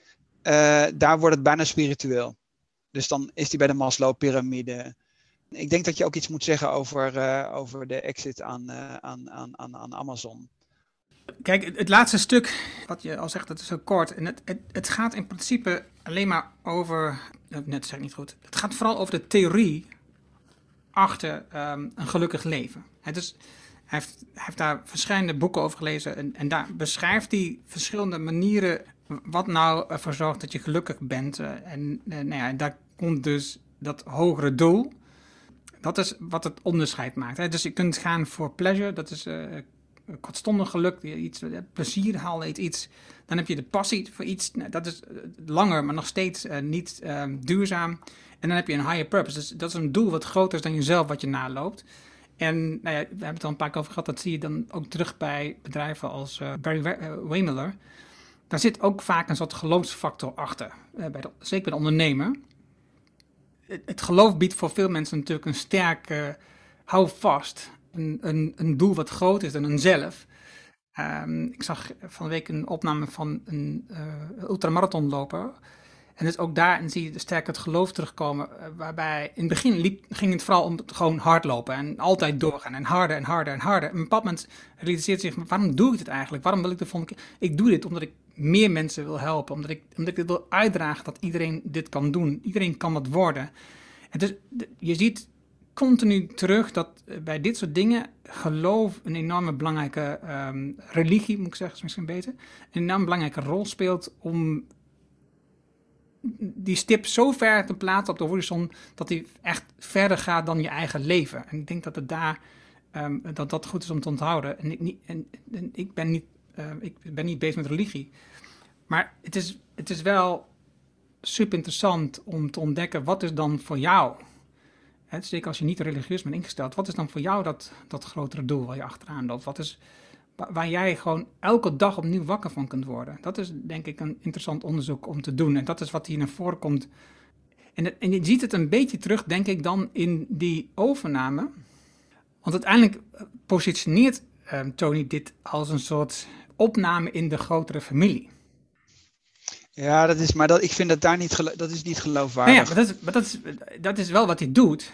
daar wordt het bijna spiritueel. Dus dan is hij bij de Maslow-pyramide. Ik denk dat je ook iets moet zeggen over de exit aan Amazon. Kijk, het laatste stuk, wat je al zegt, dat is zo kort. En het gaat in principe alleen maar over, net zeg ik niet goed, het gaat vooral over de theorie achter een gelukkig leven. Dus hij heeft daar verschillende boeken over gelezen en daar beschrijft hij verschillende manieren wat nou ervoor zorgt dat je gelukkig bent. En daar komt dus dat hogere doel. Dat is wat het onderscheid maakt. Dus je kunt gaan voor pleasure, dat is kortstondig geluk, plezier halen uit iets. Dan heb je de passie voor iets, dat is langer, maar nog steeds niet duurzaam. En dan heb je een higher purpose, dus dat is een doel wat groter is dan jezelf wat je naloopt. En we hebben het al een paar keer over gehad, dat zie je dan ook terug bij bedrijven als Barry Wehmiller. Daar zit ook vaak een soort geloofsfactor achter, zeker bij de ondernemer. Het geloof biedt voor veel mensen natuurlijk een sterke houvast. Een doel wat groter is dan hunzelf. Ik zag van de week een opname van een ultramarathonloper. En dus ook daarin zie je sterk het geloof terugkomen. Waarbij in het begin ging het vooral om gewoon hardlopen. En altijd doorgaan. En harder en harder en harder. En op een bepaald moment realiseert zich, waarom doe ik dit eigenlijk? Waarom wil ik de volgende keer? Ik doe dit omdat ik meer mensen wil helpen. Omdat ik dit wil uitdragen dat iedereen dit kan doen. Iedereen kan dat worden. En dus je ziet continu terug dat bij dit soort dingen geloof een enorme belangrijke religie, moet ik zeggen, is misschien beter, een enorm belangrijke rol speelt om die stip zo ver te plaatsen op de horizon dat die echt verder gaat dan je eigen leven. En ik denk dat het daar dat goed is om te onthouden. En ik ben niet bezig met religie, maar het is wel super interessant om te ontdekken wat is dan voor jou. Zeker als je niet religieus bent ingesteld. Wat is dan voor jou dat grotere doel waar je achteraan loopt? Wat is waar jij gewoon elke dag opnieuw wakker van kunt worden? Dat is denk ik een interessant onderzoek om te doen. En dat is wat hier naar voren komt. En je ziet het een beetje terug, denk ik, dan in die overname. Want uiteindelijk positioneert Tony dit als een soort opname in de grotere familie. Ja, ik vind dat dat is niet geloofwaardig. Ja, maar dat is wel wat hij doet.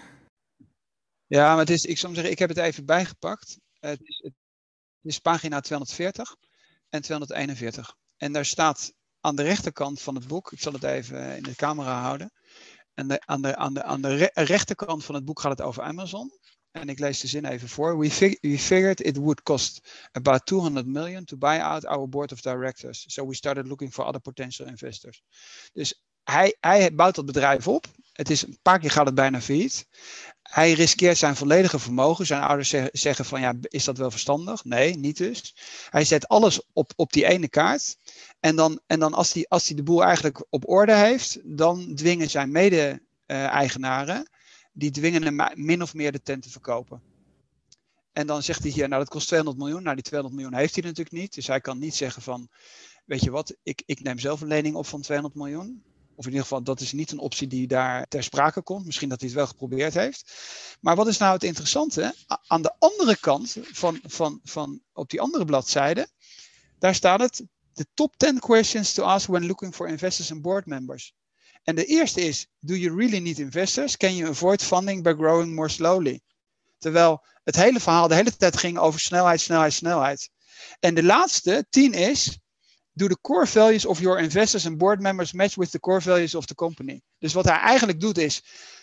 Ja, maar ik zou zeggen, ik heb het even bijgepakt. Het is pagina 240 en 241. En daar staat aan de rechterkant van het boek, ik zal het even in de camera houden. En aan de rechterkant van het boek gaat het over Amazon. En ik lees de zin even voor. We figured it would cost about $200 million to buy out our board of directors. So we started looking for other potential investors. Dus hij bouwt dat bedrijf op. Een paar keer gaat het bijna failliet. Hij riskeert zijn volledige vermogen. Zijn ouders zeggen van, ja, is dat wel verstandig? Nee, niet dus. Hij zet alles op die ene kaart. En dan als hij de boel eigenlijk op orde heeft, dan dwingen zijn mede-eigenaren, die dwingen hem min of meer de tent te verkopen. En dan zegt hij hier, nou dat kost 200 miljoen. Nou die 200 miljoen heeft hij natuurlijk niet. Dus hij kan niet zeggen van, weet je wat, ik neem zelf een lening op van 200 miljoen. Of in ieder geval, dat is niet een optie die daar ter sprake komt. Misschien dat hij het wel geprobeerd heeft. Maar wat is nou het interessante? Aan de andere kant, van op die andere bladzijde, daar staat het, the top 10 questions to ask when looking for investors and board members. En de eerste is, do you really need investors? Can you avoid funding by growing more slowly? Terwijl het hele verhaal de hele tijd ging over snelheid, snelheid, snelheid. En de laatste, 10 is, do the core values of your investors and board members match with the core values of the company. Dus wat hij eigenlijk doet is,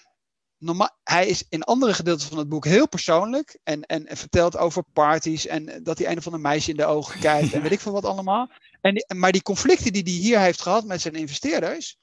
hij is in andere gedeelten van het boek heel persoonlijk en vertelt over parties en dat hij een of ander meisje in de ogen kijkt en weet ik veel wat allemaal. Maar die conflicten die hij hier heeft gehad met zijn investeerders,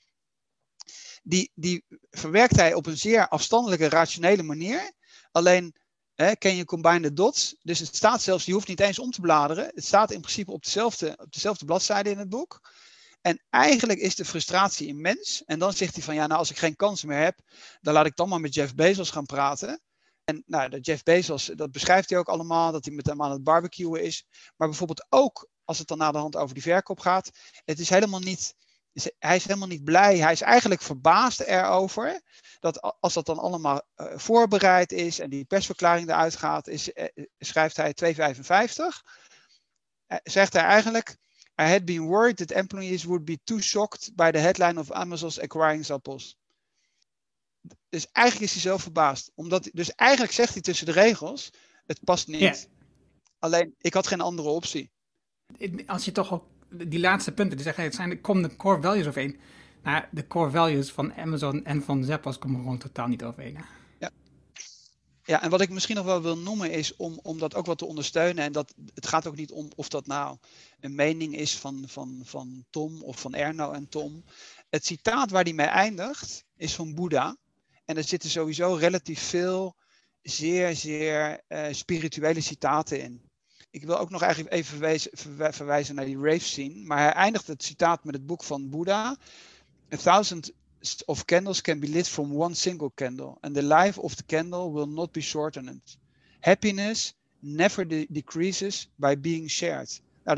die verwerkt hij op een zeer afstandelijke, rationele manier. Alleen, can you combine the dots? Dus het staat zelfs, je hoeft niet eens om te bladeren. Het staat in principe op dezelfde bladzijde in het boek. En eigenlijk is de frustratie immens. En dan zegt hij van, ja, nou als ik geen kans meer heb, dan laat ik dan maar met Jeff Bezos gaan praten. En nou, de Jeff Bezos, dat beschrijft hij ook allemaal, dat hij met hem aan het barbecuen is. Maar bijvoorbeeld ook, als het dan na de hand over die verkoop gaat, hij is helemaal niet blij. Hij is eigenlijk verbaasd erover dat als dat dan allemaal voorbereid is en die persverklaring eruit gaat, schrijft hij 255. Zegt hij eigenlijk, I had been worried that employees would be too shocked by the headline of Amazon's acquiring Zappos. Dus eigenlijk is hij zo verbaasd. Dus eigenlijk zegt hij tussen de regels, het past niet. Yeah. Alleen, ik had geen andere optie. Als je toch ook die laatste punten, die zeggen, het zijn de core values overeen. Nou, de core values van Amazon en van Zappos komen gewoon totaal niet overeen. Hè? Ja, en wat ik misschien nog wel wil noemen is om dat ook wat te ondersteunen. En het gaat ook niet om of dat nou een mening is van Tom of van Erno en Tom. Het citaat waar hij mee eindigt is van Boeddha. En er zitten sowieso relatief veel zeer, zeer spirituele citaten in. Ik wil ook nog eigenlijk even verwijzen naar die rave scene. Maar hij eindigt het citaat met het boek van Boeddha. 1000 of candles can be lit from one single candle. And the life of the candle will not be shortened. Happiness never decreases by being shared. Nou,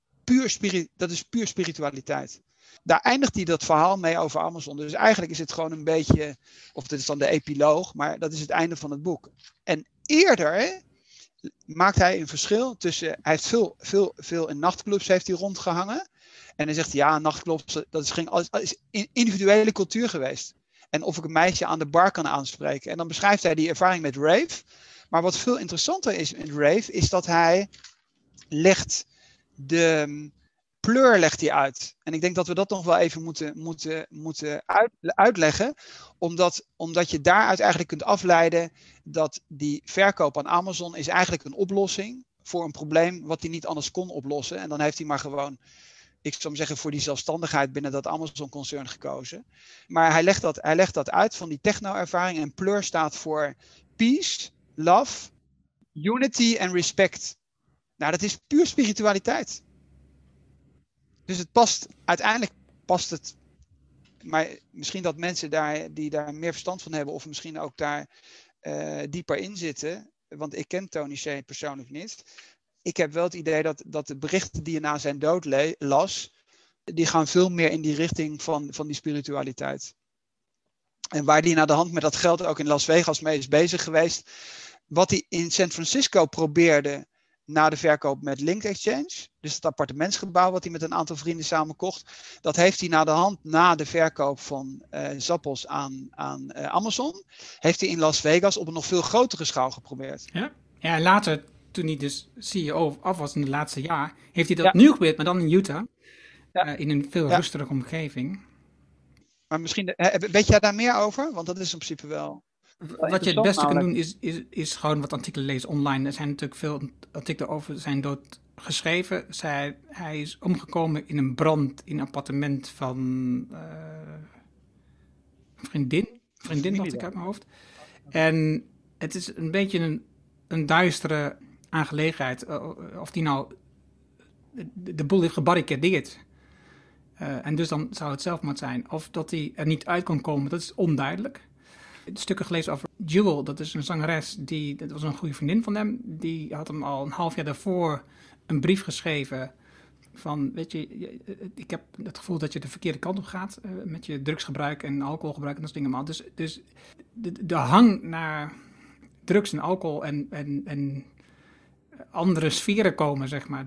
dat is puur spiritualiteit. Daar eindigt hij dat verhaal mee over Amazon. Dus eigenlijk is het gewoon een beetje, of dit is dan de epiloog, maar dat is het einde van het boek. En eerder maakt hij een verschil tussen, hij heeft veel in nachtclubs heeft hij rondgehangen. En dan zegt hij, ja, nachtclubs, dat is individuele cultuur geweest. En of ik een meisje aan de bar kan aanspreken. En dan beschrijft hij die ervaring met rave. Maar wat veel interessanter is met rave, is dat hij legt de pleur uit. En ik denk dat we dat nog wel even moeten uitleggen. Omdat je daaruit eigenlijk kunt afleiden dat die verkoop aan Amazon is eigenlijk een oplossing voor een probleem wat hij niet anders kon oplossen. En dan heeft hij maar gewoon, ik zou maar zeggen, voor die zelfstandigheid binnen dat Amazon-concern gekozen. Maar hij legt dat uit van die techno-ervaring. En pleur staat voor peace, love, unity en respect. Nou, dat is puur spiritualiteit. Dus uiteindelijk past het. Maar misschien dat mensen die daar meer verstand van hebben, of misschien ook daar dieper in zitten. Want ik ken Tony Hsieh persoonlijk niet. Ik heb wel het idee dat de berichten die je na zijn dood las, die gaan veel meer in die richting van die spiritualiteit. En waar hij naar de hand met dat geld ook in Las Vegas mee is bezig geweest. Wat hij in San Francisco probeerde na de verkoop met Link Exchange. Dus het appartementsgebouw wat hij met een aantal vrienden samen kocht. Dat heeft hij naar de hand na de verkoop van Zappos aan Amazon. Heeft hij in Las Vegas op een nog veel grotere schaal geprobeerd. Ja, later, toen hij dus CEO af was in het laatste jaar, heeft hij dat opnieuw geprobeerd, maar dan in Utah. In een veel rustige omgeving. Maar misschien, weet jij daar meer over? Want dat is in principe wel. Wat je het beste kunt doen is gewoon wat artikelen lezen online. Er zijn natuurlijk veel artikelen over zijn dood geschreven. Hij is omgekomen in een brand in een appartement van een vriendin dacht ik uit mijn hoofd. En het is een beetje een duistere aangelegenheid. Of die nou de boel heeft gebarricadeerd. En dus dan zou het zelfmoord zijn. Of dat hij er niet uit kon komen, dat is onduidelijk. Stukken gelezen over Jewel, dat is een zangeres, dat was een goede vriendin van hem. Die had hem al een half jaar daarvoor een brief geschreven van, weet je, ik heb het gevoel dat je de verkeerde kant op gaat met je drugsgebruik en alcoholgebruik en dat soort dingen. Maar dus de hang naar drugs en alcohol en andere sferen komen, zeg maar,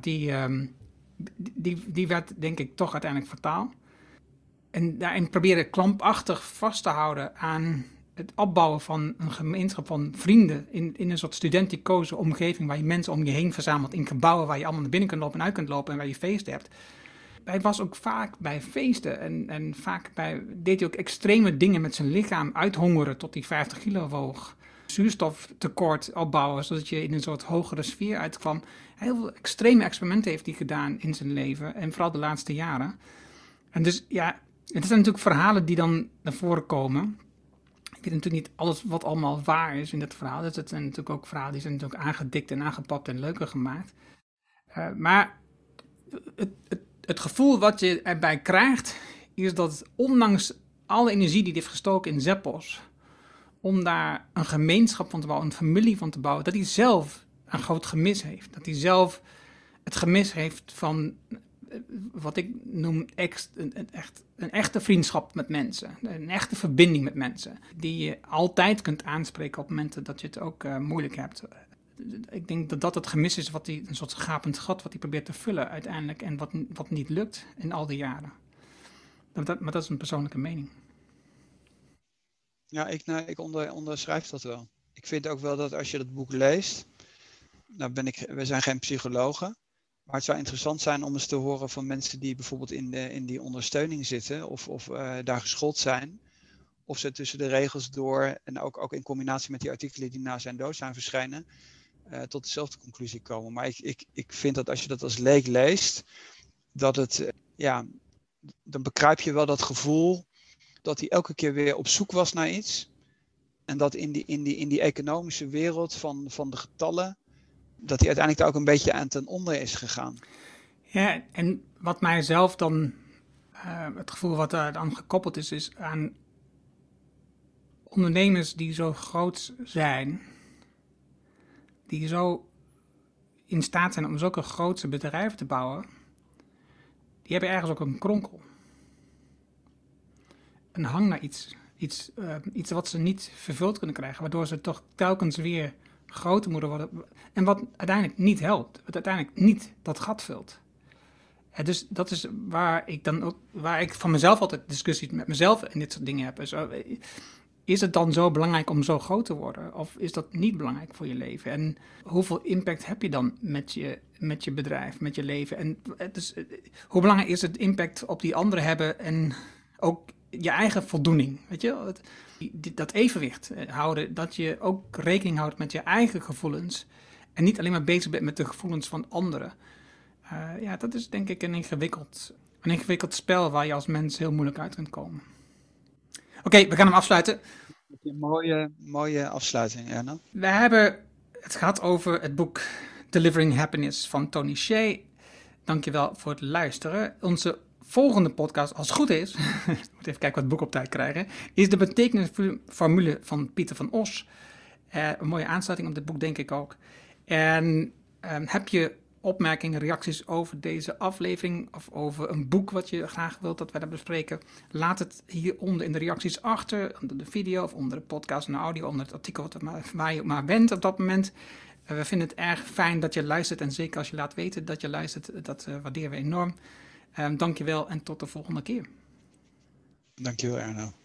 die werd denk ik toch uiteindelijk fataal. En daarin probeerde klampachtig vast te houden aan het opbouwen van een gemeenschap van vrienden in een soort studenticoze omgeving waar je mensen om je heen verzamelt in gebouwen waar je allemaal naar binnen kunt lopen en uit kunt lopen en waar je feesten hebt. Hij was ook vaak bij feesten en vaak deed hij ook extreme dingen met zijn lichaam, uithongeren tot hij 50 kilo woog. Zuurstoftekort opbouwen, zodat je in een soort hogere sfeer uitkwam. Heel veel extreme experimenten heeft hij gedaan in zijn leven en vooral de laatste jaren. En dus ja, het zijn natuurlijk verhalen die dan naar voren komen. Ik weet natuurlijk niet alles wat allemaal waar is in dat verhaal. Dus het zijn natuurlijk ook verhalen die zijn natuurlijk aangedikt en aangepapt en leuker gemaakt. Maar het gevoel wat je erbij krijgt, is dat ondanks alle energie die hij heeft gestoken in Zeppos, om daar een gemeenschap van te bouwen, een familie van te bouwen, dat hij zelf een groot gemis heeft. Dat hij zelf het gemis heeft van wat ik noem een echte vriendschap met mensen. Een echte verbinding met mensen. Die je altijd kunt aanspreken op momenten dat je het ook moeilijk hebt. Ik denk dat dat het gemis is, een soort gapend gat wat hij probeert te vullen uiteindelijk. En wat niet lukt in al die jaren. Maar dat is een persoonlijke mening. Ja, ik onderschrijf dat wel. Ik vind ook wel dat als je dat boek leest, we zijn geen psychologen, maar het zou interessant zijn om eens te horen van mensen die bijvoorbeeld in die ondersteuning zitten of daar geschoold zijn, of ze tussen de regels door en ook in combinatie met die artikelen die na zijn dood zijn verschenen, tot dezelfde conclusie komen. Maar ik vind dat als je dat als leek leest, dat het, dan begrijp je wel dat gevoel dat hij elke keer weer op zoek was naar iets. En dat in die economische wereld van de getallen, dat hij uiteindelijk daar ook een beetje aan ten onder is gegaan. Ja, en wat mij zelf dan, het gevoel wat daar dan gekoppeld is aan ondernemers die zo groot zijn, die zo in staat zijn om zulke grootse bedrijven te bouwen, die hebben ergens ook een kronkel. Een hang naar iets wat ze niet vervuld kunnen krijgen, waardoor ze toch telkens weer groter moeten worden. En wat uiteindelijk niet helpt, wat uiteindelijk niet dat gat vult. En dus dat is waar ik van mezelf altijd discussies met mezelf en dit soort dingen heb. Is het dan zo belangrijk om zo groot te worden? Of is dat niet belangrijk voor je leven? En hoeveel impact heb je dan met je bedrijf, met je leven? En dus, hoe belangrijk is het impact op die anderen hebben en ook je eigen voldoening? Weet je? Dat evenwicht houden, dat je ook rekening houdt met je eigen gevoelens en niet alleen maar bezig bent met de gevoelens van anderen. Dat is denk ik een ingewikkeld spel waar je als mens heel moeilijk uit kunt komen. Oké, we gaan hem afsluiten. Een mooie afsluiting, Erno. We hebben het gehad over het boek Delivering Happiness van Tony Hsieh. Dankjewel voor het luisteren. Onze volgende podcast, als het goed is, ik moet even kijken wat het boek op tijd krijgen, is de betekenisformule van Pieter van Os. Een mooie aansluiting op dit boek, denk ik ook. En heb je opmerkingen, reacties over deze aflevering of over een boek wat je graag wilt dat wij daar bespreken, laat het hieronder in de reacties achter, onder de video of onder de podcast en de audio, onder het artikel waar je maar bent op dat moment. We vinden het erg fijn dat je luistert en zeker als je laat weten dat je luistert, dat waarderen we enorm. Dank je wel en tot de volgende keer. Dank je wel, Erno.